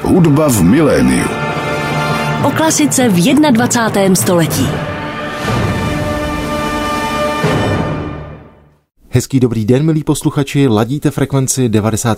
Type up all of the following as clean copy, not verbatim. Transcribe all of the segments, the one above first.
Hudba v miléniu. O klasice v 21. století. Hezký dobrý den, milí posluchači, ladíte frekvenci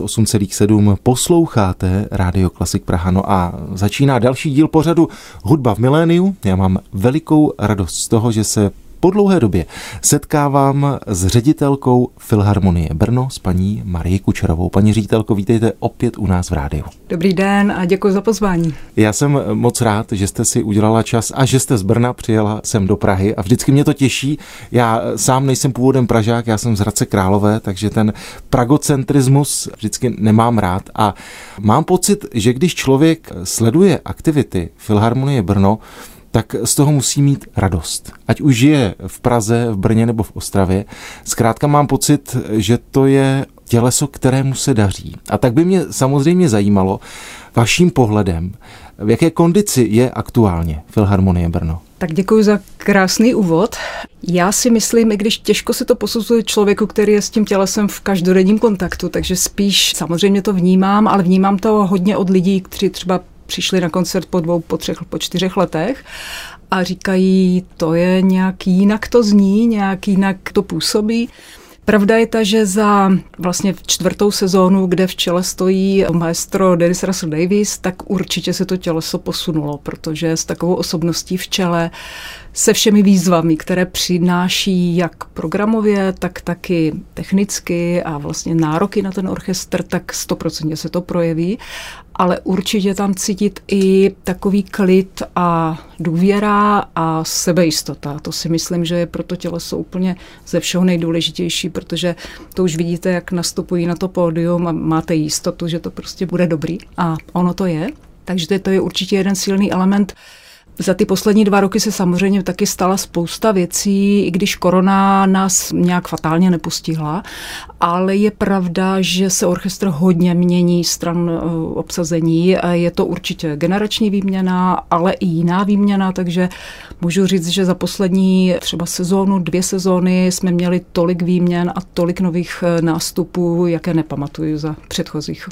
98,7, posloucháte Rádio Klasik Praha. No a začíná další díl pořadu Hudba v miléniu. Já mám velikou radost z toho, že se po dlouhé době setkávám s ředitelkou Filharmonie Brno, s paní Marií Kučerovou. Paní ředitelko, vítejte opět u nás v rádiu. Dobrý den a děkuji za pozvání. Já jsem moc rád, že jste si udělala čas a že jste z Brna přijela sem do Prahy a vždycky mě to těší. Já sám nejsem původem Pražák, já jsem z Hradce Králové, takže ten pragocentrismus vždycky nemám rád a mám pocit, že když člověk sleduje aktivity Filharmonie Brno, tak z toho musí mít radost. Ať už žije v Praze, v Brně nebo v Ostravě. Zkrátka mám pocit, že to je těleso, kterému se daří. A tak by mě samozřejmě zajímalo vaším pohledem, v jaké kondici je aktuálně Filharmonie Brno. Tak děkuji za krásný úvod. Já si myslím, i když těžko se to posuzuje člověku, který je s tím tělesem v každodenním kontaktu, takže spíš samozřejmě to vnímám, ale vnímám to hodně od lidí, kteří třeba přišli na koncert po 2, po 4 letech a říkají, to je nějak jinak to zní, nějak jinak to působí. Pravda je ta, že za vlastně 4. sezónu, kde v čele stojí maestro Dennis Russell Davies, tak určitě se to těleso posunulo, protože s takovou osobností v čele, se všemi výzvami, které přináší jak programově, tak taky technicky a vlastně nároky na ten orchestr, tak 100% se to projeví. Ale určitě tam cítit i takový klid a důvěra a sebejistota. To si myslím, že je pro to těleso úplně ze všeho nejdůležitější, protože to už vidíte, jak nastupují na to pódium a máte jistotu, že to prostě bude dobrý. A ono to je. Takže to je určitě jeden silný element. Za ty poslední 2 roky se samozřejmě taky stala spousta věcí, i když korona nás nějak fatálně nepostihla, ale je pravda, že se orchestr hodně mění stran obsazení. Je to určitě generační výměna, ale i jiná výměna, takže můžu říct, že za poslední třeba sezónu, 2 sezóny jsme měli tolik výměn a tolik nových nástupů, jaké nepamatuju za předchozích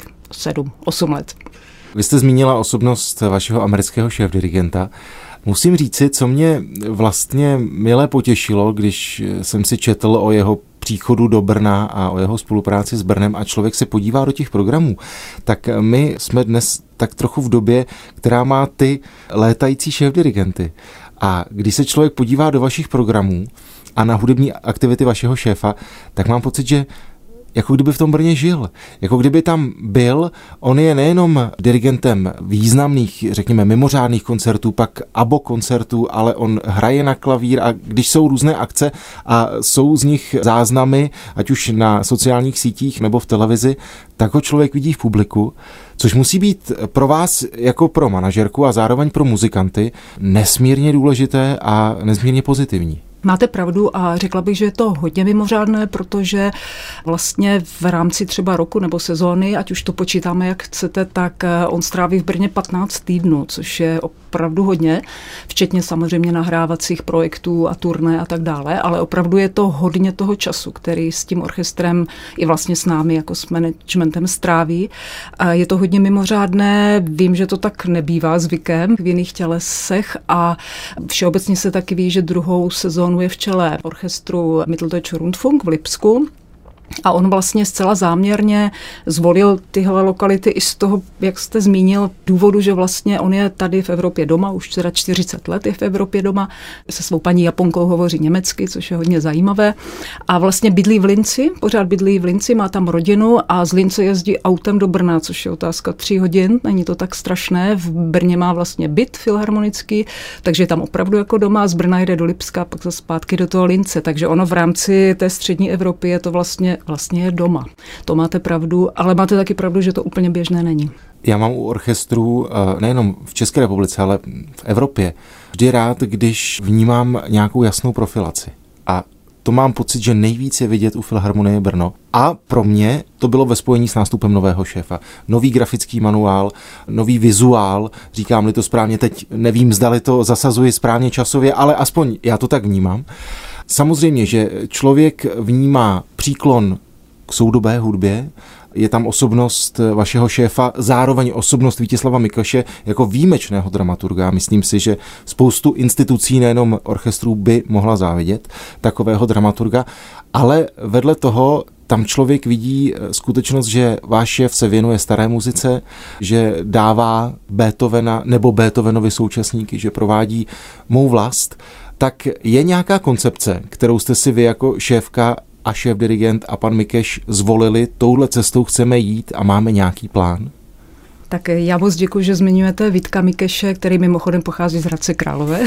7-8 let. Vy jste zmínila osobnost vašeho amerického šéfdirigenta. Musím říci, co mě vlastně mile potěšilo, když jsem si četl o jeho příchodu do Brna a o jeho spolupráci s Brnem a člověk se podívá do těch programů, tak my jsme dnes tak trochu v době, která má ty létající šéfdirigenty. A když se člověk podívá do vašich programů a na hudební aktivity vašeho šéfa, tak mám pocit, že jako kdyby v tom Brně žil. Jako kdyby tam byl, on je nejenom dirigentem významných, řekněme, mimořádných koncertů, pak abo koncertů, ale on hraje na klavír a když jsou různé akce a jsou z nich záznamy, ať už na sociálních sítích nebo v televizi, tak ho člověk vidí v publiku, což musí být pro vás jako pro manažerku a zároveň pro muzikanty nesmírně důležité a nesmírně pozitivní. Máte pravdu a řekla bych, že je to hodně mimořádné, protože vlastně v rámci třeba roku nebo sezóny, ať už to počítáme jak chcete, tak on stráví v Brně 15 týdnů, což je opravdu hodně, včetně samozřejmě nahrávacích projektů a turné a tak dále, ale opravdu je to hodně toho času, který s tím orchestrem i vlastně s námi jako s managementem stráví. A je to hodně mimořádné, vím, že to tak nebývá zvykem v jiných tělesech a všeobecně se taky ví, že 2. sezónu je v čele orchestru Mitteldeutscher Rundfunk v Lipsku. A on vlastně zcela záměrně zvolil tyhle lokality i z toho, jak jste zmínil, důvodu, že vlastně on je tady v Evropě doma, už teda 40 let je v Evropě doma, se svou paní Japonkou hovoří německy, což je hodně zajímavé. A vlastně bydlí v Linci, pořád bydlí v Linci, má tam rodinu a z Lince jezdí autem do Brna, což je otázka 3 hodin, není to tak strašné. V Brně má vlastně byt filharmonický, takže je tam opravdu jako doma, z Brna jede do Lipska, pak zase zpátky do toho Lince, takže ono v rámci té střední Evropy je to vlastně je doma. To máte pravdu, ale máte taky pravdu, že to úplně běžné není. Já mám u orchestrů nejenom v České republice, ale v Evropě vždy rád, když vnímám nějakou jasnou profilaci. A to mám pocit, že nejvíc je vidět u Filharmonie Brno. A pro mě to bylo ve spojení s nástupem nového šéfa. Nový grafický manuál, nový vizuál, říkám-li to správně, teď nevím, zdali to zasazuji správně časově, ale aspoň já to tak vnímám. Samozřejmě, že člověk vnímá příklon k soudobé hudbě Je tam osobnost vašeho šéfa, zároveň osobnost Vítězslava Mikeše jako výjimečného dramaturga. Myslím si, že spoustu institucí, nejenom orchestrů, by mohla závidět takového dramaturga, ale vedle toho tam člověk vidí skutečnost, že váš šéf se věnuje staré muzice, že dává Beethovena nebo Beethovenovi současníky, že provádí Mou vlast. Tak je nějaká koncepce, kterou jste si vy jako šéfka a šéf-dirigent a pan Mikeš zvolili, touhle cestou chceme jít a máme nějaký plán? Tak já moc děkuji, že zmiňujete Vítka Mikeše, který mimochodem pochází z Hradce Králové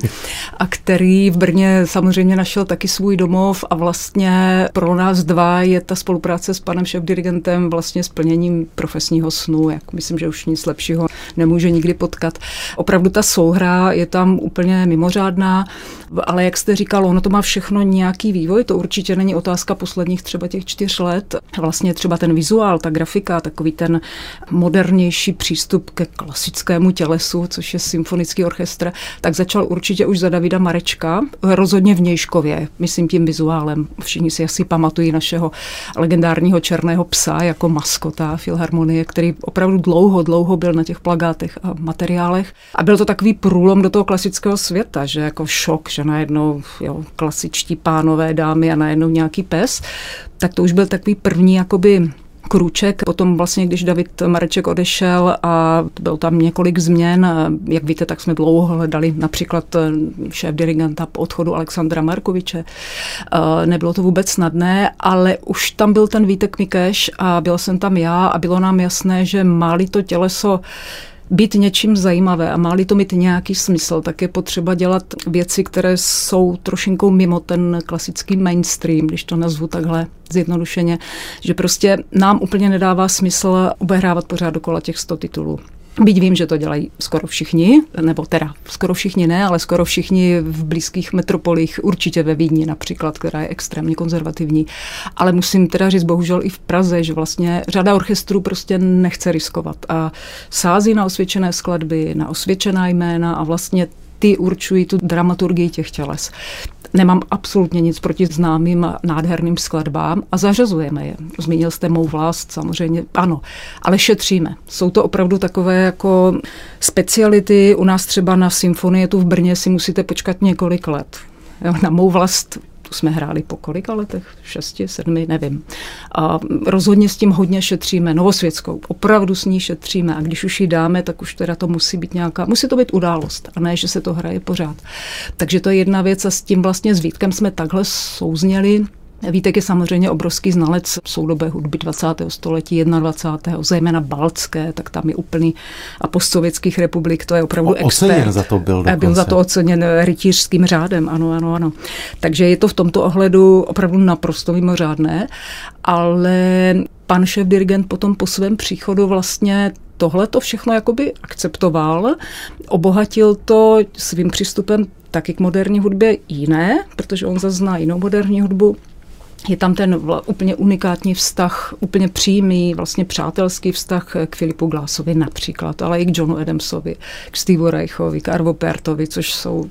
a který v Brně samozřejmě našel taky svůj domov a vlastně pro nás dva je ta spolupráce s panem šéfdirigentem vlastně splněním profesního snu. Jak myslím, že už nic lepšího nemůže nikdy potkat. Opravdu ta souhra je tam úplně mimořádná, ale jak jste říkal, ono to má všechno nějaký vývoj, to určitě není otázka posledních třeba těch 4 let. Vlastně třeba ten vizuál, ta grafika, takový ten modernější přístup ke klasickému tělesu, což je symfonický orchestr, tak začal určitě už za Davida Marečka, rozhodně v Nějškově, myslím tím vizuálem. Všichni si asi pamatují našeho legendárního černého psa jako maskota Filharmonie, který opravdu dlouho byl na těch plakátech a materiálech. A byl to takový průlom do toho klasického světa, že jako šok, že najednou klasičtí pánové, dámy a najednou nějaký pes. Tak to už byl takový první jakoby krůček. Potom vlastně, když David Mareček odešel a byl tam několik změn, jak víte, tak jsme dlouho hledali například šéf-dirigenta po odchodu Alexandra Markoviče. Nebylo to vůbec snadné, ale už tam byl ten Vítek Mikeš a byla jsem tam já a bylo nám jasné, že má-li to těleso být něčím zajímavé a má-li to mít nějaký smysl, tak je potřeba dělat věci, které jsou trošinkou mimo ten klasický mainstream, když to nazvu takhle zjednodušeně, že prostě nám úplně nedává smysl obehrávat pořád dokola těch 100 titulů. Byť vím, že to dělají skoro všichni, nebo teda skoro všichni ne, ale skoro všichni v blízkých metropolích, určitě ve Vídni například, která je extrémně konzervativní. Ale musím teda říct bohužel i v Praze, že vlastně řada orchestrů prostě nechce riskovat a sází na osvědčené skladby, na osvědčená jména a vlastně ty určují tu dramaturgii těch těles. Nemám absolutně nic proti známým a nádherným skladbám a zařazujeme je. Zmínil jste Mou vlast, samozřejmě ano, ale šetříme. Jsou to opravdu takové jako speciality. U nás třeba na symfonii tu v Brně si musíte počkat několik let. Jo, na Mou vlast tu jsme hráli po kolika letech? 6, 7, nevím. A rozhodně s tím hodně šetříme, Novosvětskou. Opravdu s ní šetříme a když už ji dáme, tak už teda to musí být musí to být událost a ne, že se to hraje pořád. Takže to je jedna věc a s tím vlastně s Vítkem jsme takhle souzněli. Vítek je samozřejmě obrovský znalec soudobé hudby 20. století, 21. zejména baltské, tak tam je úplný a postsovětských republik, to je opravdu expert. Oceněn za to byl dokonce. Byl za to oceněn rytířským řádem, ano. Takže je to v tomto ohledu opravdu naprosto mimořádné, ale pan šéf-dirigent potom po svém příchodu vlastně tohle to všechno jakoby akceptoval, obohatil to svým přístupem taky k moderní hudbě jiné, protože on zase zná jinou moderní hudbu. Je tam ten úplně unikátní vztah, úplně přímý, vlastně přátelský vztah k Philipu Glassovi například, ale i k Johnu Adamsovi, k Steveu Reichovi, k Arvo Pärdtovi, což jsou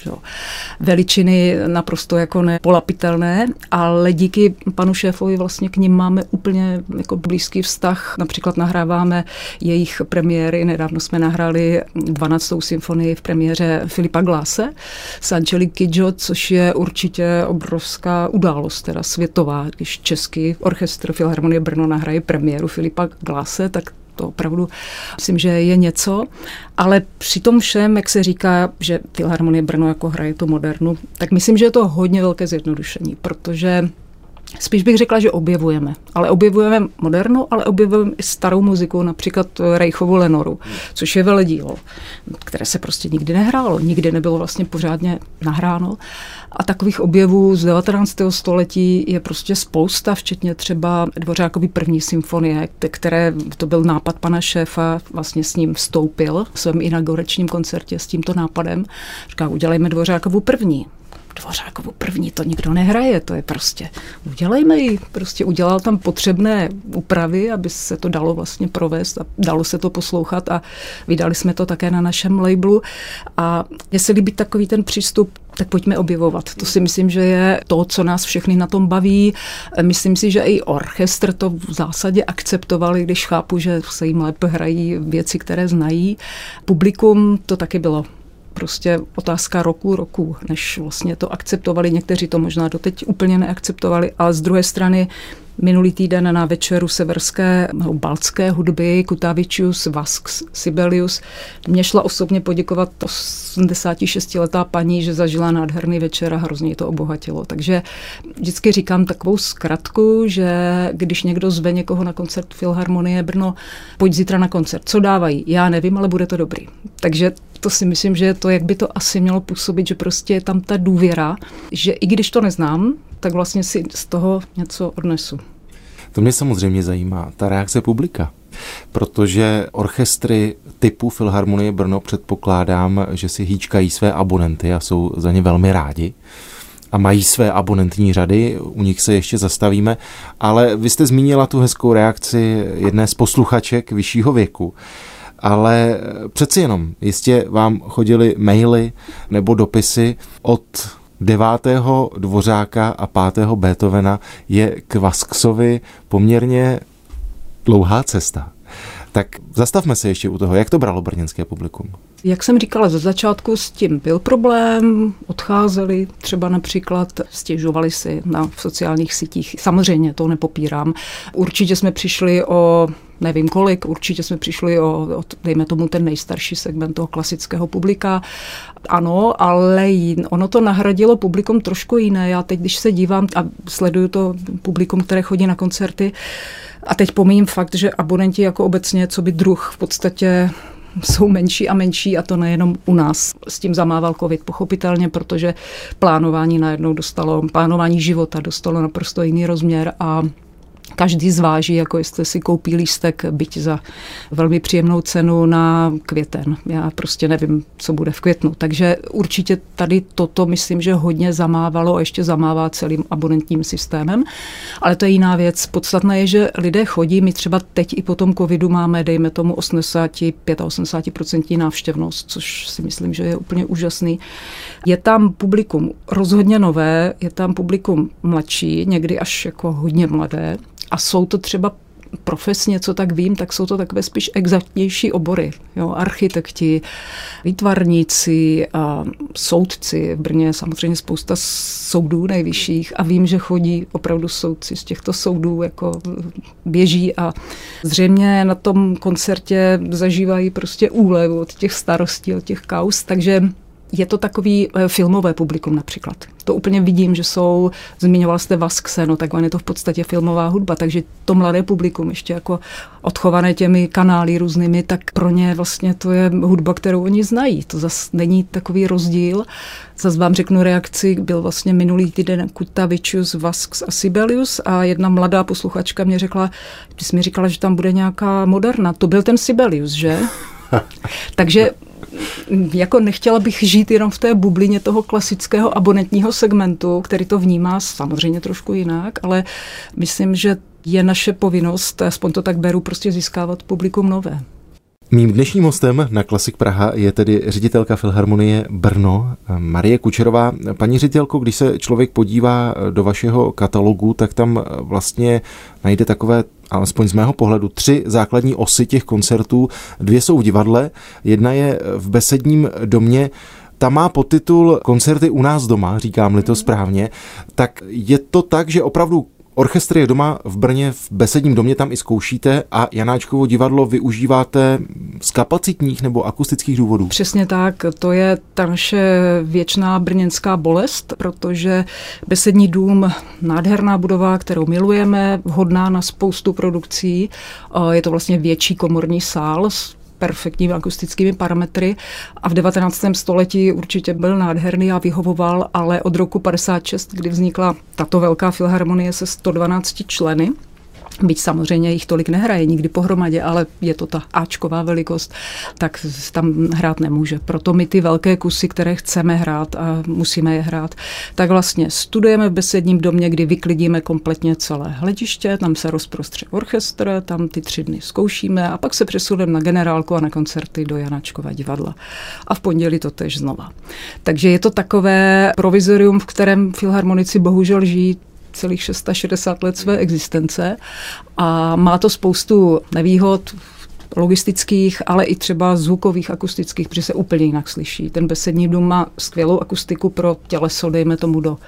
veličiny naprosto jako nepolapitelné, ale díky panu šéfovi vlastně k nim máme úplně jako blízký vztah. Například nahráváme jejich premiéry. Nedávno jsme nahráli 12. symfonii v premiéře Filipa Glasse s Angelique Kidjo, což je určitě obrovská událost, teda světová. Když český orchestr Filharmonie Brno nahraje premiéru Filipa Glasse, tak to opravdu myslím, že je něco, ale při tom všem, jak se říká, že Filharmonie Brno jako hraje tu modernu, tak myslím, že je to hodně velké zjednodušení, protože spíš bych řekla, že objevujeme. Ale objevujeme modernu, ale objevujeme i starou muziku, například Reichovu Lenoru, což je veledílo, které se prostě nikdy nehrálo, nikdy nebylo vlastně pořádně nahráno. A takových objevů z 19. století je prostě spousta, včetně třeba Dvořákovy první symfonie, které to byl nápad pana šéfa, vlastně s ním vstoupil v svém inauguračním koncertě s tímto nápadem. Říká, udělejme Dvořákovu první. Dvořákovu první to nikdo nehraje, to je prostě, udělejme ji, prostě udělal tam potřebné úpravy, aby se to dalo vlastně provést a dalo se to poslouchat a vydali jsme to také na našem labelu a jestli líbí takový ten přístup, tak pojďme objevovat. To si myslím, že je to, co nás všechny na tom baví. Myslím si, že i orchestr to v zásadě akceptovali, když chápu, že se jim lépe hrají věci, které znají. Publikum to taky bylo prostě otázka roku, než vlastně to akceptovali. Někteří to možná doteď úplně neakceptovali, ale z druhé strany minulý týden na večeru severské baltské hudby Kutavičius, Vasks, Sibelius mě šla osobně poděkovat 86letá paní, že zažila nádherný večer a hrozně to obohatilo. Takže vždycky říkám takovou zkratku, že když někdo zve někoho na koncert Filharmonie Brno, pojď zítra na koncert. Co dávají? Já nevím, ale bude to dobrý. Takže to si myslím, že je to, jak by to asi mělo působit, že prostě je tam ta důvěra, že i když to neznám, tak vlastně si z toho něco odnesu. To mě samozřejmě zajímá, ta reakce publika, protože orchestry typu Filharmonie Brno předpokládám, že si hýčkají své abonenty a jsou za ně velmi rádi a mají své abonentní řady, u nich se ještě zastavíme, ale vy jste zmínila tu hezkou reakci jedné z posluchaček vyššího věku. Ale přeci jenom, jistě vám chodily maily nebo dopisy od 9. Dvořáka a 5. Beethovena je k Vasksovi poměrně dlouhá cesta. Tak zastavme se ještě u toho, jak to bralo brněnské publikum. Jak jsem říkala, ze začátku s tím byl problém, odcházeli, třeba například stěžovali si na sociálních sítích. Samozřejmě to nepopírám. Určitě jsme přišli o nevím kolik, určitě jsme přišli o dejme tomu ten nejstarší segment toho klasického publika. Ano, ale ono to nahradilo publikum trošku jiné. Já teď, když se dívám a sleduju to publikum, které chodí na koncerty, a teď pomíjím fakt, že abonenti jako obecně, co by druh v podstatě jsou menší a menší a to nejenom u nás. S tím zamával covid pochopitelně, protože plánování života dostalo naprosto jiný rozměr a každý zváží, jako jestli si koupí lístek, byť za velmi příjemnou cenu na květen. Já prostě nevím, co bude v květnu. Takže určitě tady toto myslím, že hodně zamávalo a ještě zamává celým abonentním systémem. Ale to je jiná věc. Podstatné je, že lidé chodí. My třeba teď i po tom covidu máme, dejme tomu 85% návštěvnost, což si myslím, že je úplně úžasný. Je tam publikum rozhodně nové, je tam publikum mladší, někdy až jako hodně mladé. A jsou to třeba profesně, co tak vím, tak jsou to takové spíš exaktnější obory. Jo, architekti, výtvarníci, soudci. V Brně je samozřejmě spousta soudů nejvyšších a vím, že chodí opravdu soudci z těchto soudů, jako běží a zřejmě na tom koncertě zažívají prostě úlevu od těch starostí, od těch kauz, takže je to takový filmové publikum například. To úplně vidím, že jsou, zmiňoval jste Vaskse, no tak on je to v podstatě filmová hudba, takže to mladé publikum ještě jako odchované těmi kanály různými, tak pro ně vlastně to je hudba, kterou oni znají. To zase není takový rozdíl. Zase vám řeknu reakci, byl vlastně minulý týden Kutavičius, Vasks a Sibelius a jedna mladá posluchačka mě řekla, ty jsi mi říkala, že tam bude nějaká moderna. To byl ten Sibelius, že? Takže jako nechtěla bych žít jenom v té bublině toho klasického abonentního segmentu, který to vnímá samozřejmě trošku jinak, ale myslím, že je naše povinnost, aspoň to tak beru, prostě získávat publikum nové. Mým dnešním hostem na Klasik Praha je tedy ředitelka Filharmonie Brno, Marie Kučerová. Paní ředitelko, když se člověk podívá do vašeho katalogu, tak tam vlastně najde takové, alespoň z mého pohledu, 3 základní osy těch koncertů. 2 jsou v divadle, jedna je v Besedním domě. Ta má podtitul Koncerty u nás doma, říkám-li to správně. Tak je to tak, že opravdu orchestr je doma v Brně, v Besedním domě, tam i zkoušíte a Janáčkovo divadlo využíváte z kapacitních nebo akustických důvodů? Přesně tak, to je ta naše věčná brněnská bolest, protože Besední dům, nádherná budova, kterou milujeme, vhodná na spoustu produkcí. Je to vlastně větší komorní sál s perfektními akustickými parametry a v 19. století určitě byl nádherný a vyhovoval, ale od roku 56, kdy vznikla tato velká filharmonie se 112 členy, byť samozřejmě jich tolik nehraje nikdy pohromadě, ale je to ta áčková velikost, tak tam hrát nemůže. Proto my ty velké kusy, které chceme hrát a musíme je hrát, tak vlastně studujeme v besedním domě, kdy vyklidíme kompletně celé hlediště, tam se rozprostře orchestr, tam ty 3 dny zkoušíme a pak se přesuneme na Generálku a na koncerty do Janáčkova divadla. A v pondělí to též znova. Takže je to takové provizorium, v kterém filharmonici bohužel žijí celých 660 let své existence a má to spoustu nevýhod logistických, ale i třeba zvukových, akustických, protože se úplně jinak slyší. Ten besední dům má skvělou akustiku pro těleso, dejme tomu do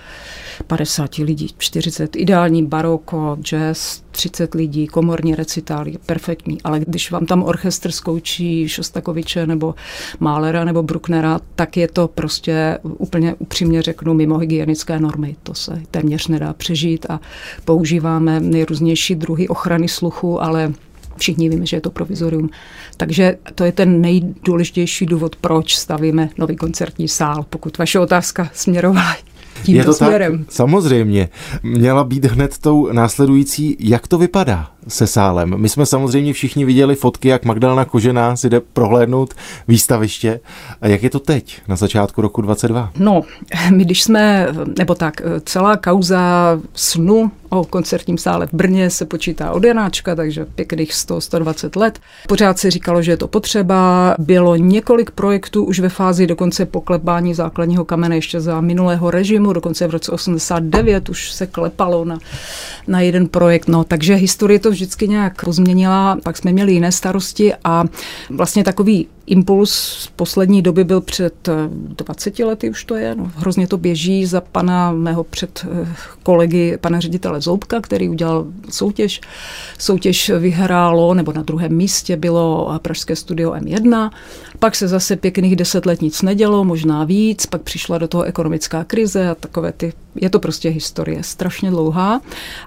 50 lidí, 40, ideální baroko, jazz, 30 lidí, komorní recitály, perfektní, ale když vám tam orchestr zkouší Šostakoviče nebo Mahlera nebo Brucknera, tak je to prostě úplně upřímně řeknu mimo hygienické normy. To se téměř nedá přežít a používáme nejrůznější druhy ochrany sluchu, ale všichni víme, že je to provizorium. Takže to je ten nejdůležitější důvod, proč stavíme nový koncertní sál, pokud vaše otázka směrovala tímto směrem. Tak, samozřejmě. Měla být hned tou následující, jak to vypadá se sálem. My jsme samozřejmě všichni viděli fotky, jak Magdalena Kožená si jde prohlédnout výstaviště. A jak je to teď, na začátku roku 2022? No, my když jsme, nebo tak, celá kauza snu o koncertním sále v Brně se počítá od Janáčka, takže pěkných 100-120 let. Pořád se říkalo, že je to potřeba. Bylo několik projektů už ve fázi dokonce poklepání základního kamene ještě za minulého režimu, dokonce v roce 89 už se klepalo na jeden projekt. No, takže historie to vždycky nějak pozměnila, pak jsme měli jiné starosti a vlastně takový impuls z poslední doby byl před 20 lety, už to je, no, hrozně to běží za pana mého kolegy, pana ředitele Zoubka, který udělal soutěž. Soutěž vyhrálo, nebo na druhém místě bylo pražské studio M1, pak se zase pěkných 10 let nic nedělo, možná víc, pak přišla do toho ekonomická krize a takové je to prostě historie strašně dlouhá.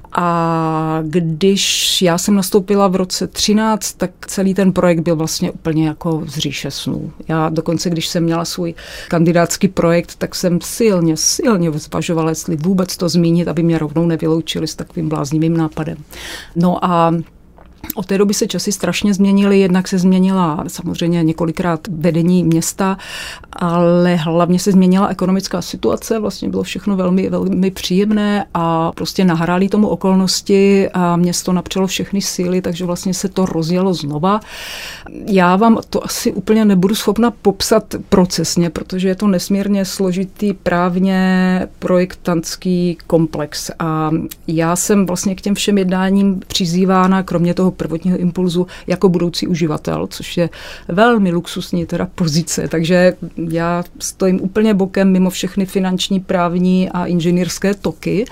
A když já jsem nastoupila v roce 13, tak celý ten projekt byl vlastně úplně jako z říše snů. Já dokonce, když jsem měla svůj kandidátský projekt, tak jsem silně zvažovala, jestli vůbec to zmínit, aby mě rovnou nevyloučili s takovým bláznivým nápadem. No a od té doby se časy strašně změnily, jednak se změnila samozřejmě několikrát vedení města, ale hlavně se změnila ekonomická situace, vlastně bylo všechno velmi, velmi příjemné a prostě nahrály tomu okolnosti a město napřelo všechny síly, takže vlastně se to rozjelo znova. Já vám to asi úplně nebudu schopna popsat procesně, protože je to nesmírně složitý právně projektantský komplex a já jsem vlastně k těm všem jednáním přizývána, kromě toho prvotního impulzu, jako budoucí uživatel, což je velmi luxusní teda pozice, takže já stojím úplně bokem mimo všechny finanční, právní a inženýrské toky.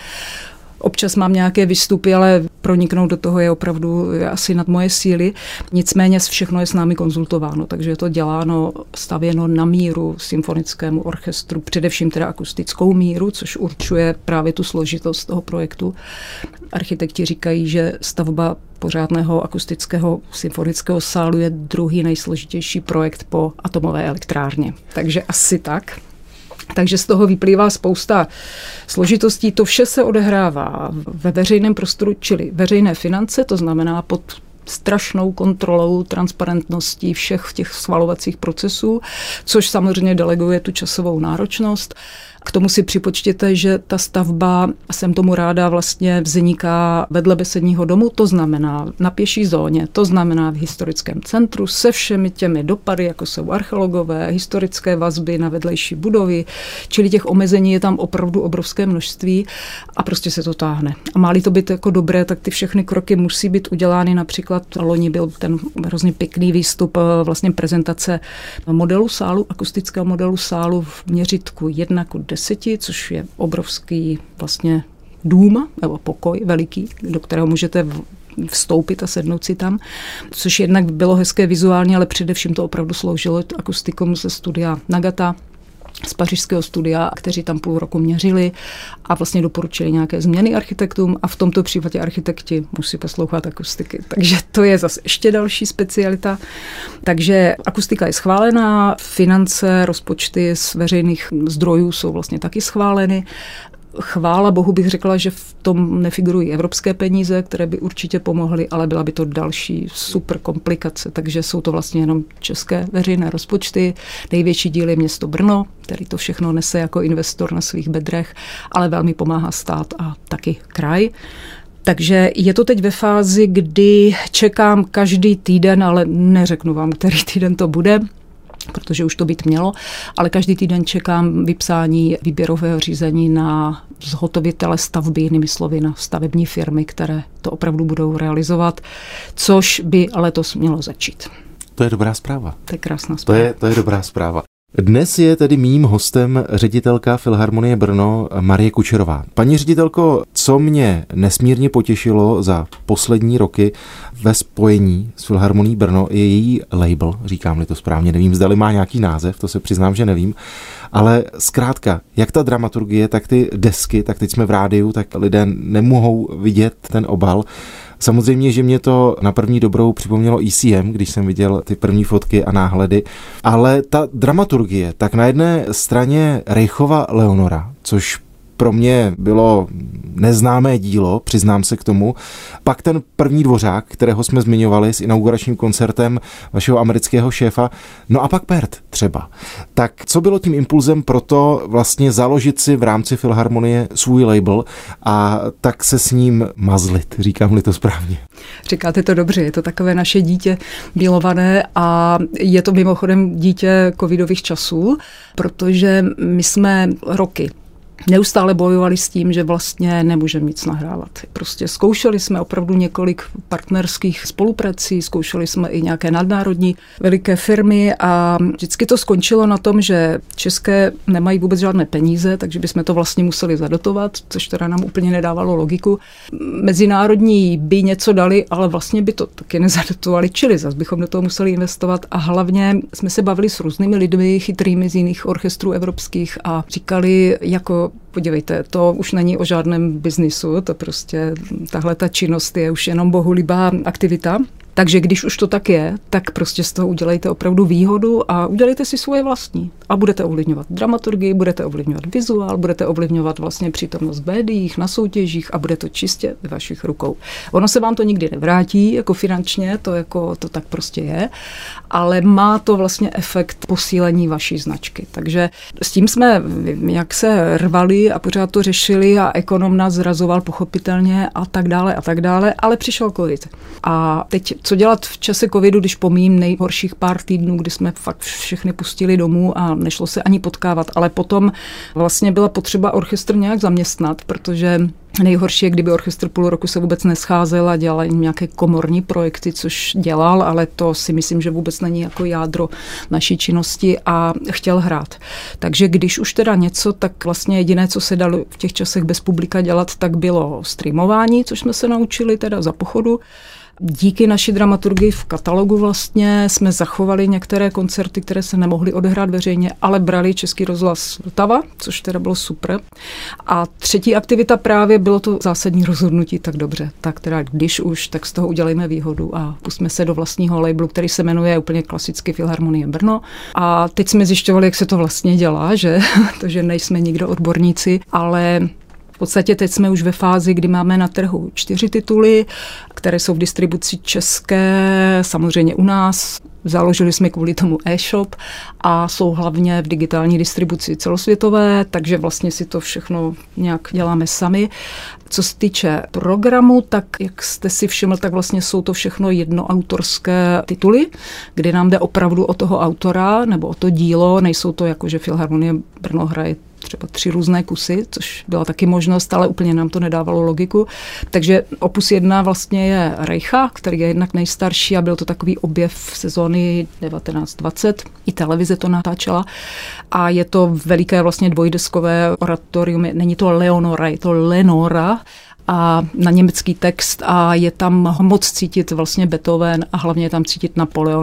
Občas mám nějaké výstupy, ale proniknout do toho je opravdu asi nad moje síly. Nicméně všechno je s námi konzultováno, takže je to děláno, stavěno na míru symfonickému orchestru, především teda akustickou míru, což určuje právě tu složitost toho projektu. Architekti říkají, že stavba pořádného akustického symfonického sálu je druhý nejsložitější projekt po atomové elektrárně. Takže asi tak. Takže z toho vyplývá spousta složitostí. To vše se odehrává ve veřejném prostoru, čili veřejné finance, to znamená pod strašnou kontrolou, transparentností všech těch schvalovacích procesů, což samozřejmě deleguje tu časovou náročnost. K tomu si připočtěte, že ta stavba, jsem tomu ráda, vlastně vzniká vedle besedního domu, to znamená na pěší zóně, to znamená v historickém centru se všemi těmi dopady, jako jsou archeologové, historické vazby na vedlejší budovy, čili těch omezení je tam opravdu obrovské množství a prostě se to táhne. A má-li to být jako dobré, tak ty všechny kroky musí být udělány. Například loni byl ten hrozně pěkný výstup, vlastně prezentace modelu sálu, akustického modelu sálu v měřítku 1:10, což je obrovský vlastně dům nebo pokoj veliký, do kterého můžete vstoupit a sednout si tam, což jednak bylo hezké vizuálně, ale především to opravdu sloužilo akustikom ze studia Nagata, z pařížského studia, kteří tam půl roku měřili a vlastně doporučili nějaké změny architektům a v tomto případě architekti musí poslouchat akustiky. Takže to je zase ještě další specialita. Takže akustika je schválená, finance, rozpočty z veřejných zdrojů jsou vlastně taky schváleny chvála bohu bych řekla, že v tom nefigurují evropské peníze, které by určitě pomohly, ale byla by to další super komplikace. Takže jsou to vlastně jenom české veřejné rozpočty. Největší díl je město Brno, který to všechno nese jako investor na svých bedrech, ale velmi pomáhá stát a taky kraj. Takže je to teď ve fázi, kdy čekám každý týden, ale neřeknu vám, který týden to bude, protože už to být mělo, ale každý týden čekám vypsání výběrového řízení na zhotovitele stavby, jinými slovy na stavební firmy, které to opravdu budou realizovat, což by letos mělo začít. To je dobrá zpráva. To je krásná zpráva. To je dobrá zpráva. Dnes je tedy mým hostem ředitelka Filharmonie Brno Marie Kučerová. Paní ředitelko, co mě nesmírně potěšilo za poslední roky ve spojení s Filharmonií Brno je její label, říkám-li to správně, nevím, zdali má nějaký název, to se přiznám, že nevím, ale zkrátka, jak ta dramaturgie, tak ty desky, tak teď jsme v rádiu, tak lidé nemohou vidět ten obal. Samozřejmě, že mě to na první dobrou připomnělo ECM, když jsem viděl ty první fotky a náhledy, ale ta dramaturgie, tak na jedné straně Reichova Leonora, což pro mě bylo neznámé dílo, přiznám se k tomu. Pak ten první dvořák, kterého jsme zmiňovali s inauguračním koncertem vašeho amerického šéfa, no a pak Pärt třeba. Tak co bylo tím impulzem pro to vlastně založit si v rámci Filharmonie svůj label a tak se s ním mazlit, říkám-li to správně? Říkáte to dobře, je to takové naše dítě milované a je to mimochodem dítě covidových časů, protože my jsme roky neustále bojovali s tím, že vlastně nemůžeme nic nahrávat. Prostě zkoušeli jsme opravdu několik partnerských spoluprací, zkoušeli jsme i nějaké nadnárodní veliké firmy a vždycky to skončilo na tom, že české nemají vůbec žádné peníze, takže bychom to vlastně museli zadotovat, což teda nám úplně nedávalo logiku. Mezinárodní by něco dali, ale vlastně by to taky nezadotovali, čili zase bychom do toho museli investovat a hlavně jsme se bavili s různými lidmi, chytrými z jiných orchestrů evropských a říkali jako podívejte, to už není o žádném biznisu, to prostě tahle ta činnost je už jenom bohulibá aktivita. Takže když už to tak je, tak prostě z toho udělejte opravdu výhodu a udělejte si svoje vlastní. A budete ovlivňovat dramaturgii, budete ovlivňovat vizuál, budete ovlivňovat vlastně přítomnost v médiích, na soutěžích a bude to čistě ve vašich rukou. Ono se vám to nikdy nevrátí, jako finančně, to tak prostě je, ale má to vlastně efekt posílení vaší značky. Takže s tím jsme jak se rvali a pořád to řešili a ekonom nás zrazoval pochopitelně a tak dále, ale přišel covid. A teď co dělat v čase covidu, když pomíjím nejhorších pár týdnů, kdy jsme fakt všechny pustili domů a nešlo se ani potkávat, ale potom vlastně byla potřeba orchestr nějak zaměstnat, protože nejhorší je, kdyby orchestr půl roku se vůbec nescházel a dělal nějaké komorní projekty, což dělal, ale to si myslím, že vůbec není jako jádro naší činnosti a chtěl hrát. Takže když už teda něco, tak vlastně jediné, co se dalo v těch časech bez publika dělat, tak bylo streamování, což jsme se naučili teda za pochodu. Díky naší dramaturgii v katalogu vlastně jsme zachovali některé koncerty, které se nemohly odehrát veřejně, ale brali Český rozhlas Vltava, což teda bylo super. A třetí aktivita právě bylo to zásadní rozhodnutí, tak dobře, tak teda když už, tak z toho udělejme výhodu a pustíme se do vlastního labelu, který se jmenuje úplně klasicky Filharmonie Brno. A teď jsme zjišťovali, jak se to vlastně dělá, že to, že nejsme nikdo odborníci, ale v podstatě teď jsme už ve fázi, kdy máme na trhu 4 tituly, které jsou v distribuci české, samozřejmě u nás. Založili jsme kvůli tomu e-shop a jsou hlavně v digitální distribuci celosvětové, takže vlastně si to všechno nějak děláme sami. Co se týče programu, tak jak jste si všiml, tak vlastně jsou to všechno jednoautorské tituly, kdy nám jde opravdu o toho autora nebo o to dílo, nejsou to jako, že Filharmonie Brno hraje třeba 3 různé kusy, což byla taky možnost, ale úplně nám to nedávalo logiku. Takže opus 1 vlastně je Reicha, který je jednak nejstarší a byl to takový objev sezóny 1920. I televize to natáčela. A je to veliké vlastně dvojdeskové oratorium. Není to Leonora, je to Lenora. A na německý text a je tam moc cítit vlastně Beethoven a hlavně je tam cítit Napoleon a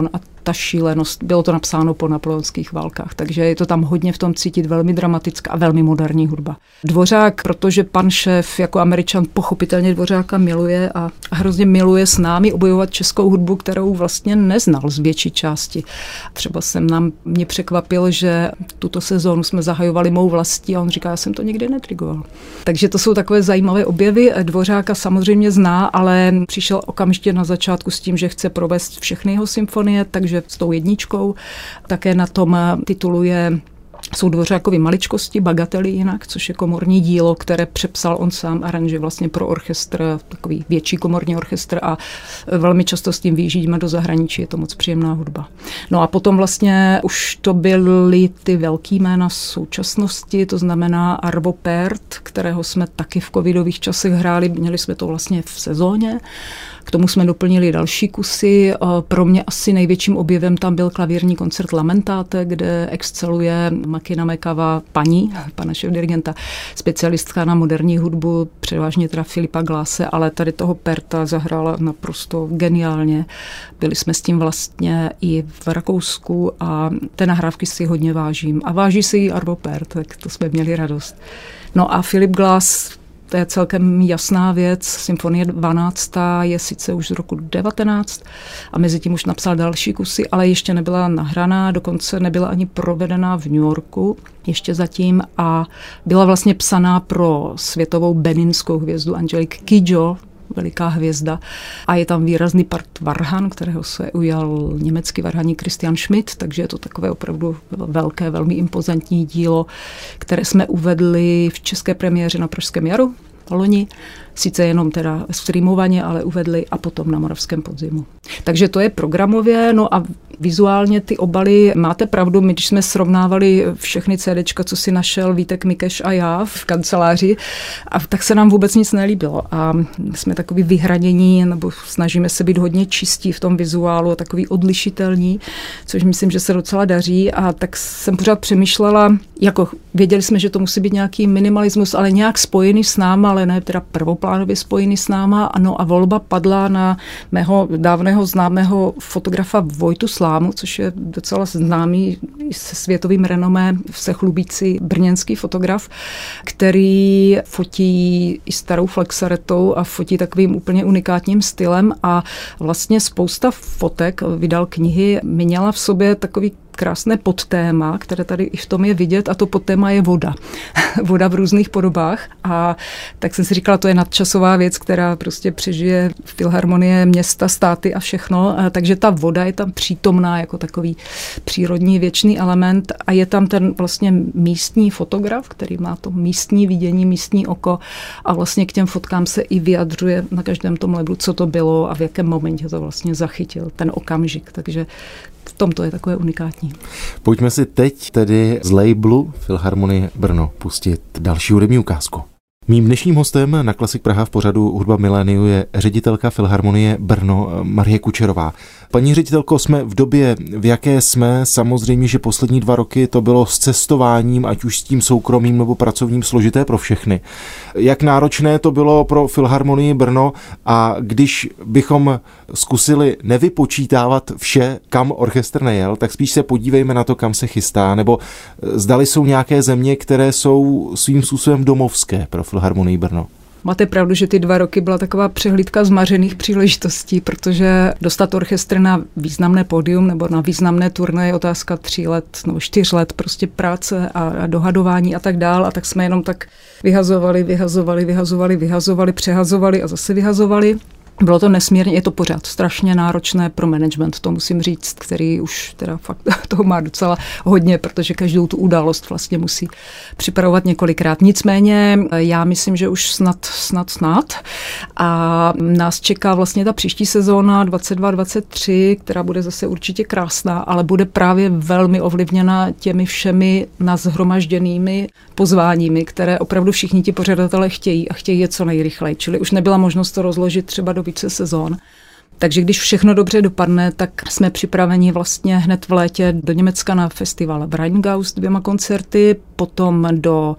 ta šílenost. Bylo to napsáno po napoleonských válkách, takže je to tam hodně v tom cítit, velmi dramatická a velmi moderní hudba. Dvořák, protože pan šéf jako Američan pochopitelně Dvořáka miluje a hrozně miluje s námi objevovat českou hudbu, kterou vlastně neznal z větší části. Třeba mě překvapil, že tuto sezónu jsme zahajovali Mou vlastí a on říká, já jsem to nikdy nedirigoval. Takže to jsou takové zajímavé objevy. Dvořáka samozřejmě zná, ale přišel okamžitě na začátku s tím, že chce provést všechny jeho symfonie, takže s tou jedničkou. Také na tom tituluje jsou Dvořákovy maličkosti, bagately jinak, což je komorní dílo, které přepsal on sám aranže vlastně pro orchestr, takový větší komorní orchestr a velmi často s tím vyjíždíme do zahraničí, je to moc příjemná hudba. No a potom vlastně už to byly ty velký jména současnosti, to znamená Arvo Pärt, kterého jsme taky v covidových časech hráli, měli jsme to vlastně v sezóně. K tomu jsme doplnili další kusy. Pro mě asi největším objevem tam byl klavírní koncert Lamentate, kde exceluje Makina Mekava, pana šéfdirigenta, specialistka na moderní hudbu, převážně teda Filipa Glase, ale tady toho Perta zahrála naprosto geniálně. Byli jsme s tím vlastně i v Rakousku a té nahrávky si hodně vážím. A váží si i Arvo Pärt, tak to jsme měli radost. No a Philip Glass, to je celkem jasná věc. Symfonie 12. je sice už z roku 19 a mezi tím už napsal další kusy, ale ještě nebyla nahraná, dokonce nebyla ani provedená v New Yorku ještě zatím a byla vlastně psaná pro světovou beninskou hvězdu Angelique Kidjo, veliká hvězda. A je tam výrazný part varhan, kterého se ujal německý varhaník Christian Schmidt, takže je to takové opravdu velké, velmi impozantní dílo, které jsme uvedli v české premiéře na Pražském jaru loni. Sice jenom teda streamovaně, ale uvedli a potom na Moravském podzimu. Takže to je programově, no a vizuálně ty obaly, máte pravdu, my když jsme srovnávali všechny CDčka, co si našel Vítek Mikeš a já v kanceláři, tak se nám vůbec nic nelíbilo a jsme takový vyhranění, nebo snažíme se být hodně čistí v tom vizuálu, takový odlišitelní, což myslím, že se docela daří a tak jsem pořád přemýšlela, jako věděli jsme, že to musí být nějaký minimalismus, ale nějak spojený s náma, ale ne teda prvoplánově spojený s náma, ano a volba padla na mého dávného známého fotografa Vojtu Slámu, což je docela známý se světovým renomé se chlubící brněnský fotograf, který fotí i starou flexaretou a fotí takovým úplně unikátním stylem a vlastně spousta fotek, vydal knihy, měla v sobě takový krásné podtéma, které tady i v tom je vidět a to podtéma je voda. Voda v různých podobách a tak jsem si říkala, to je nadčasová věc, která prostě přežije filharmonie, města, státy a všechno, takže ta voda je tam přítomná jako takový přírodní věčný element a je tam ten vlastně místní fotograf, který má to místní vidění, místní oko a vlastně k těm fotkám se i vyjadřuje na každém tom labelu, co to bylo a v jakém momentě to vlastně zachytil, ten okamžik, takže v tom to je takové unikátní. Pojďme si teď tedy z labelu Filharmonie Brno pustit další hudební ukázku. Mým dnešním hostem na Klasik Praha v pořadu Hudba miléniu je ředitelka Filharmonie Brno Marie Kučerová. Paní ředitelko, jsme v době, v jaké jsme, samozřejmě, že poslední 2 roky to bylo s cestováním, ať už s tím soukromým nebo pracovním, složité pro všechny. Jak náročné to bylo pro Filharmonii Brno a když bychom zkusili nevypočítávat vše, kam orchestr nejel, tak spíš se podívejme na to, kam se chystá, nebo zdali jsou nějaké země, které jsou svým způsobem domovské pro Filharmonii Brno. Máte pravdu, že ty 2 roky byla taková přehlídka zmařených příležitostí, protože dostat orchestr na významné pódium nebo na významné turné je otázka 3 let nebo 4 let prostě práce a dohadování a tak dál. A tak jsme jenom tak vyhazovali, přehazovali a zase vyhazovali. Bylo to nesmírně, je to pořád strašně náročné pro management, to musím říct, který už teda fakt toho má docela hodně, protože každou tu událost vlastně musí připravovat několikrát. Nicméně já myslím, že už snad a nás čeká vlastně ta příští sezóna 22-23, která bude zase určitě krásná, ale bude právě velmi ovlivněna těmi všemi nashromažděnými pozváními, které opravdu všichni ti pořadatelé chtějí a chtějí je co nejrychleji. Čili už nebyla možnost to rozložit třeba do více sezón. Takže když všechno dobře dopadne, tak jsme připraveni vlastně hned v létě do Německa na festival v Rheingau s 2 koncerty, potom do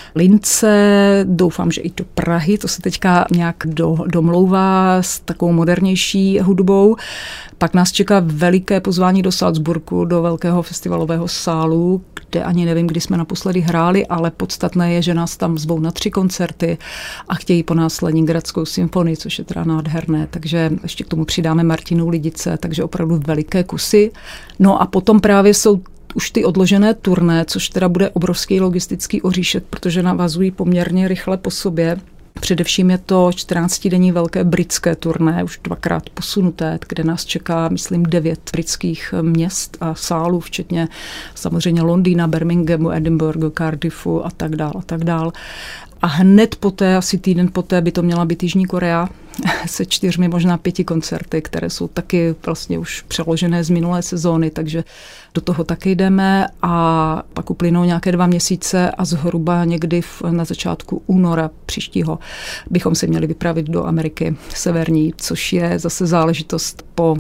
Lince, doufám, že i do Prahy, to se teďka nějak domlouvá s takovou modernější hudbou. Pak nás čeká veliké pozvání do Salzburgu, do velkého festivalového sálu, kde ani nevím, kdy jsme naposledy hráli, ale podstatné je, že nás tam zvou na 3 koncerty a chtějí po nás Leningradskou symfonii, což je teda nádherné, takže ještě k tomu přidáme Martinu Lidice, takže opravdu veliké kusy. No a potom právě jsou už ty odložené turné, což teda bude obrovský logistický oříšek, protože navazují poměrně rychle po sobě. Především je to 14denní velké britské turné, už 2krát posunuté, kde nás čeká, myslím, 9 britských měst a sálů, včetně samozřejmě Londýna, Birminghamu, Edinburghu, Cardiffu a tak dál a tak dál. A hned poté, asi týden poté, by to měla být Jižní Korea se 4, možná 5 koncerty, které jsou taky vlastně už přeložené z minulé sezóny, takže do toho taky jdeme a pak uplynou nějaké 2 měsíce a zhruba někdy na začátku února příštího bychom se měli vypravit do Ameriky severní, což je zase záležitost po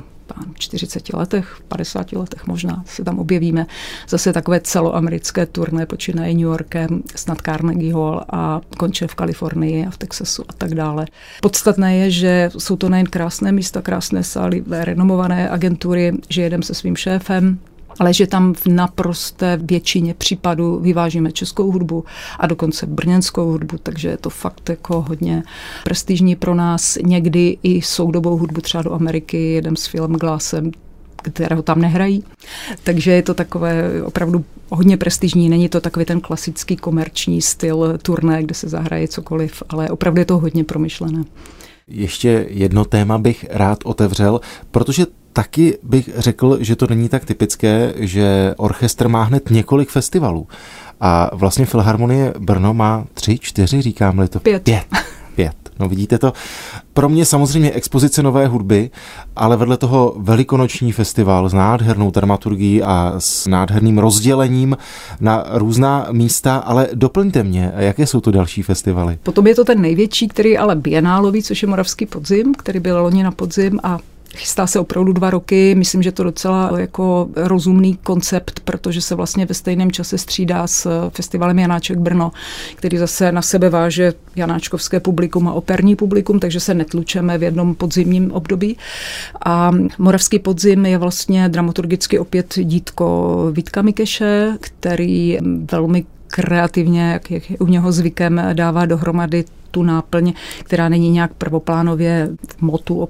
40 letech, 50 letech možná se tam objevíme. Zase takové celoamerické turné, počínaje New Yorkem, snad Carnegie Hall a končí v Kalifornii a v Texasu a tak dále. Podstatné je, že jsou to nejen krásné místa, krásné sály, renomované agentury, že jedeme se svým šéfem, ale že tam v naprosté většině případů vyvážíme českou hudbu a dokonce brněnskou hudbu, takže je to fakt jako hodně prestižní pro nás. Někdy i soudobou hudbu třeba do Ameriky, jedem s Philem Glassem, kterého tam nehrají. Takže je to takové opravdu hodně prestižní, není to takový ten klasický komerční styl turné, kde se zahraje cokoliv, ale opravdu je to hodně promyšlené. Ještě jedno téma bych rád otevřel, protože taky bych řekl, že to není tak typické, že orchestr má hned několik festivalů. A vlastně Filharmonie Brno má 3, 4, říkám-li to? 5. 5. No vidíte to. Pro mě samozřejmě expozice nové hudby, ale vedle toho velikonoční festival s nádhernou dramaturgií a s nádherným rozdělením na různá místa, ale doplňte mě, jaké jsou to další festivaly? Potom je to ten největší, který je ale bienálový, což je Moravský podzim, který byl loni na podzim a chystá se opravdu 2 roky, myslím, že to docela jako rozumný koncept, protože se vlastně ve stejném čase střídá s festivalem Janáček Brno, který zase na sebe váže janáčkovské publikum a operní publikum, takže se netlučeme v jednom podzimním období. A Moravský podzim je vlastně dramaturgicky opět dítko Vítka Mikeše, který velmi kreativně, jak je u něho zvykem, dává dohromady tu náplň, která není nějak prvoplánově v motu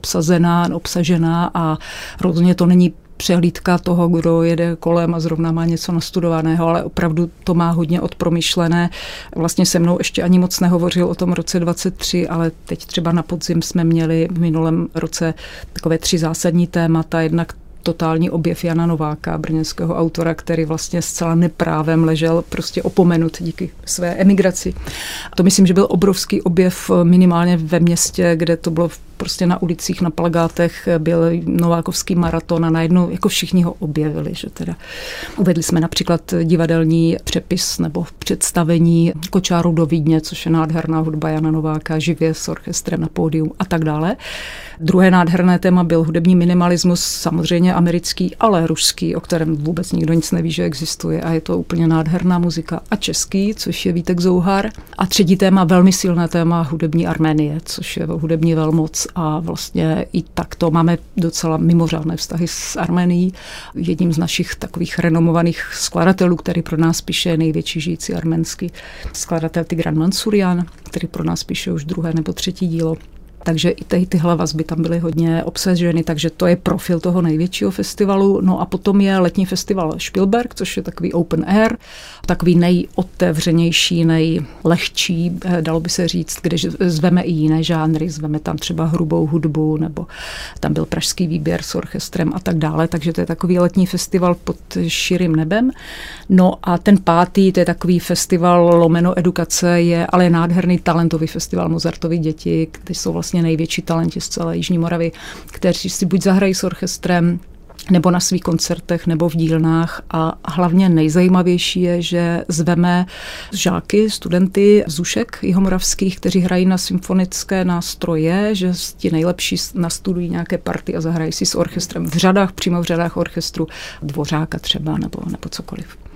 obsažená a rozhodně to není přehlídka toho, kdo jede kolem a zrovna má něco nastudovaného, ale opravdu to má hodně odpromyšlené. Vlastně se mnou ještě ani moc nehovořil o tom roce 23, ale teď třeba na podzim jsme měli v minulém roce takové 3 zásadní témata, jednak totální objev Jana Nováka, brněnského autora, který vlastně zcela neprávem ležel prostě opomenut díky své emigraci. A to myslím, že byl obrovský objev minimálně ve městě, kde to bylo prostě na ulicích, na plakátech byl novákovský maraton a najednou jako všichni ho objevili. Že teda uvedli jsme například divadelní přepis nebo představení Kočáru do Vídně, což je nádherná hudba Jana Nováka, živě s orchestrem na pódiu a tak dále. Druhé nádherné téma byl hudební minimalismus, samozřejmě americký, ale ruský, o kterém vůbec nikdo nic neví, že existuje a je to úplně nádherná muzika. A český, což je Vítek Zouhar. A třetí téma, velmi silné téma, hudební Arménie, což je hudební velmoc a vlastně i takto máme docela mimořádné vztahy s Arménií. Jedním z našich takových renomovaných skladatelů, který pro nás píše největší žijící arménský skladatel Tigran Mansurian, který pro nás píše už 2. nebo 3. dílo. Takže i tyhle vazby tam byly hodně obsaženy, takže to je profil toho největšího festivalu. No a potom je letní festival Spielberg, což je takový open air, takový nejotevřenější, nejlehčí, dalo by se říct, kde zveme i jiné žánry, zveme tam třeba hrubou hudbu, nebo tam byl pražský výběr s orchestrem a tak dále, takže to je takový letní festival pod širým nebem. No a ten 5. to je takový festival lomeno edukace, je ale nádherný talentový festival Mozartovy děti, kteří jsou vlastně největší talenti z celé Jižní Moravy, kteří si buď zahrají s orchestrem, nebo na svých koncertech, nebo v dílnách a hlavně nejzajímavější je, že zveme žáky, studenty z Zušek jihomoravských, kteří hrají na symfonické nástroje, že ti nejlepší nastudují nějaké party a zahrají si s orchestrem v řadách, přímo v řadách orchestru, Dvořáka třeba, nebo cokoliv.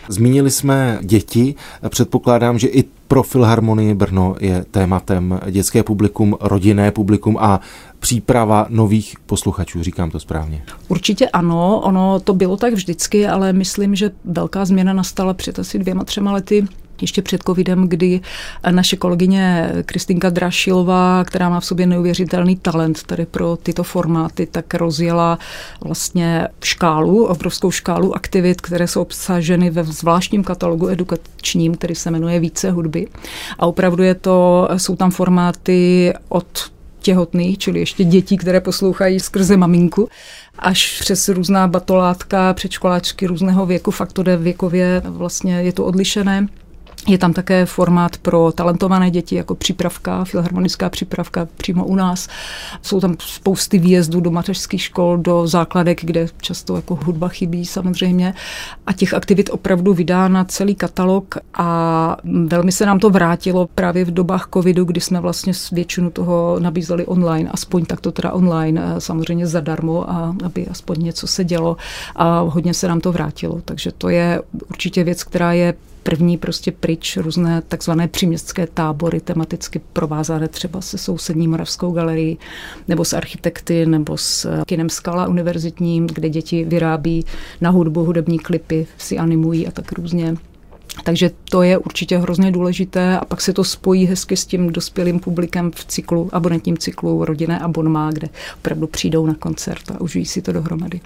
Zmínili jsme děti, předpokládám, že i pro Filharmonii Brno je tématem dětské publikum, rodinné publikum a příprava nových posluchačů, říkám to správně. Určitě ano, ono to bylo tak vždycky, ale myslím, že velká změna nastala před asi 2-3 lety, ještě před covidem, kdy naše kolegyně Kristýnka Drašilová, která má v sobě neuvěřitelný talent tady pro tyto formáty, tak rozjela vlastně obrovskou škálu aktivit, které jsou obsaženy ve zvláštním katalogu edukačním, který se jmenuje Více hudby. A opravdu jsou tam formáty od těhotných, čili ještě dětí, které poslouchají skrze maminku, až přes různá batolátka, předškoláčky různého věku, fakt to jde věkově, vlastně je to odlišené. Je tam také formát pro talentované děti jako přípravka, filharmonická přípravka přímo u nás. Jsou tam spousty výjezdů do mateřských škol, do základek, kde často jako hudba chybí samozřejmě. A těch aktivit opravdu vydá na celý katalog a velmi se nám to vrátilo právě v dobách covidu, kdy jsme vlastně většinu toho nabízeli online, aspoň takto teda online, samozřejmě zadarmo, a aby aspoň něco se dělo a hodně se nám to vrátilo. Takže to je určitě věc, která je první prostě pryč, různé takzvané příměstské tábory, tematicky provázané třeba se sousední Moravskou galerií, nebo s architekty, nebo s kinem Skala univerzitním, kde děti vyrábí na hudbu hudební klipy, si animují a tak různě. Takže to je určitě hrozně důležité a pak se to spojí hezky s tím dospělým publikem v cyklu, abonentním cyklu Rodinné abonnement, kde opravdu přijdou na koncert a užijí si to dohromady.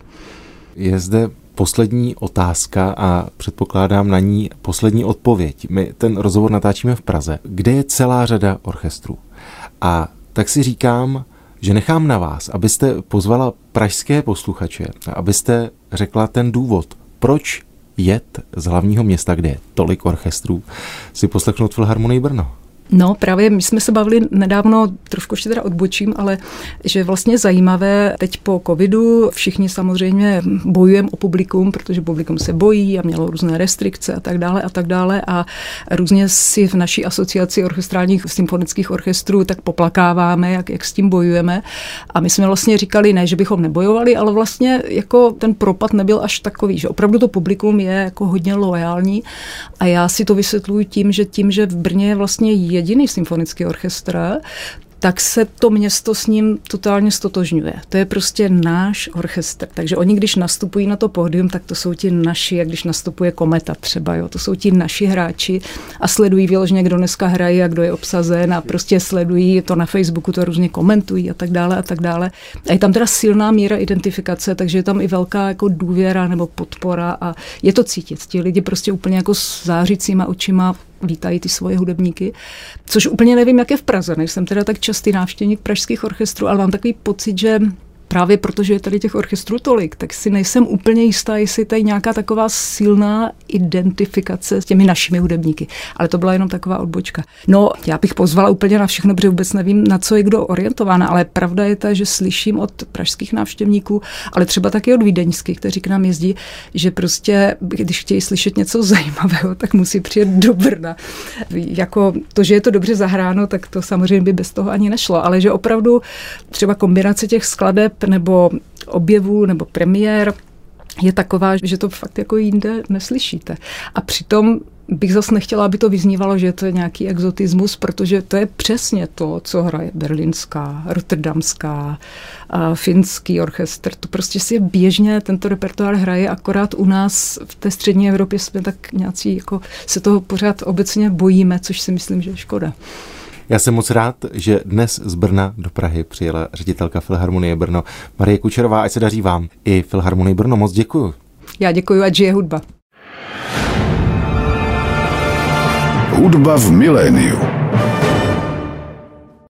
Je zde poslední otázka a předpokládám na ní poslední odpověď. My ten rozhovor natáčíme v Praze, kde je celá řada orchestrů. A tak si říkám, že nechám na vás, abyste pozvala pražské posluchače a abyste řekla ten důvod, proč jet z hlavního města, kde je tolik orchestrů, si poslechnout Filharmonii Brno. No právě my jsme se bavili nedávno, trošku ještě teda odbočím, ale že vlastně zajímavé, teď po covidu všichni samozřejmě bojujeme o publikum, protože publikum se bojí a mělo různé restrikce a tak dále a různě si v naší asociaci orchestrálních symfonických orchestrů tak poplakáváme, jak s tím bojujeme a my jsme vlastně říkali, ne, že bychom nebojovali, ale vlastně jako ten propad nebyl až takový, že opravdu to publikum je jako hodně loajální a já si to vysvětluji tím, že v Brně je vlastně jediný symfonický orchestr, tak se to město s ním totálně stotožňuje. To je prostě náš orchestr. Takže oni, když nastupují na to pódium, tak to jsou ti naši, jak když nastupuje Kometa třeba, jo, to jsou ti naši hráči a sledují vyloženě, kdo dneska hraje a kdo je obsazen a prostě sledují to na Facebooku, to různě komentují a tak dále a tak dále. A je tam teda silná míra identifikace, takže je tam i velká jako důvěra nebo podpora a je to cítit. Ti lidi prostě úplně jako s zářícíma očima vítají ty svoje hudebníky, což úplně nevím, jak je v Praze, nejsem teda tak častý návštěvník pražských orchestrů, ale mám takový pocit, že právě protože je tady těch orchestrů tolik, tak si nejsem úplně jistá, jestli tady nějaká taková silná identifikace s těmi našimi hudebníky. Ale to byla jenom taková odbočka. No, já bych pozvala úplně na všechno, protože vůbec nevím, na co je kdo orientována, ale pravda je ta, že slyším od pražských návštěvníků, ale třeba taky od vídeňských, kteří k nám jezdí, že prostě, když chtějí slyšet něco zajímavého, tak musí přijet do Brna. Jako to, že je to dobře zahráno, tak to samozřejmě by bez toho ani nešlo, ale že opravdu třeba kombinace těch skladeb nebo objevů nebo premiér je taková, že to fakt jako jinde neslyšíte. A přitom bych zase nechtěla, aby to vyznívalo, že to je nějaký exotismus, protože to je přesně to, co hraje berlínská, rotterdamská, finský orchestr. To prostě si běžně tento repertoár hraje, akorát u nás v té střední Evropě jsme tak nějací, jako se toho pořád obecně bojíme, což si myslím, že je škoda. Já jsem moc rád, že dnes z Brna do Prahy přijela ředitelka Filharmonie Brno Marie Kučerová, ať se daří vám i Filharmonii Brno. Moc děkuju. Já děkuju, ať žije hudba. Hudba v miléniu.